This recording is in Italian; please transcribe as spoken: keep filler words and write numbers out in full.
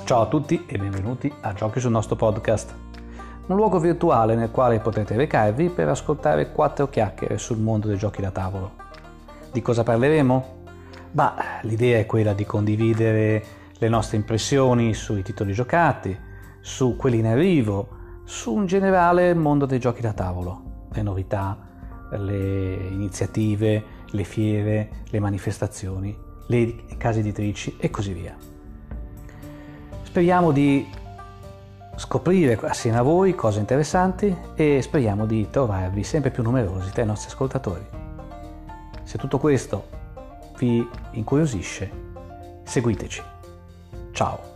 Ciao a tutti e benvenuti a Giochi sul nostro podcast, un luogo virtuale nel quale potrete recarvi per ascoltare quattro chiacchiere sul mondo dei giochi da tavolo. Di cosa parleremo? Bah, l'idea è quella di condividere le nostre impressioni sui titoli giocati, su quelli in arrivo, su in generale mondo dei giochi da tavolo, le novità, le iniziative, le fiere, le manifestazioni, le case editrici e così via. Speriamo di scoprire assieme a voi cose interessanti e speriamo di trovarvi sempre più numerosi tra i nostri ascoltatori. Se tutto questo vi incuriosisce, seguiteci. Ciao!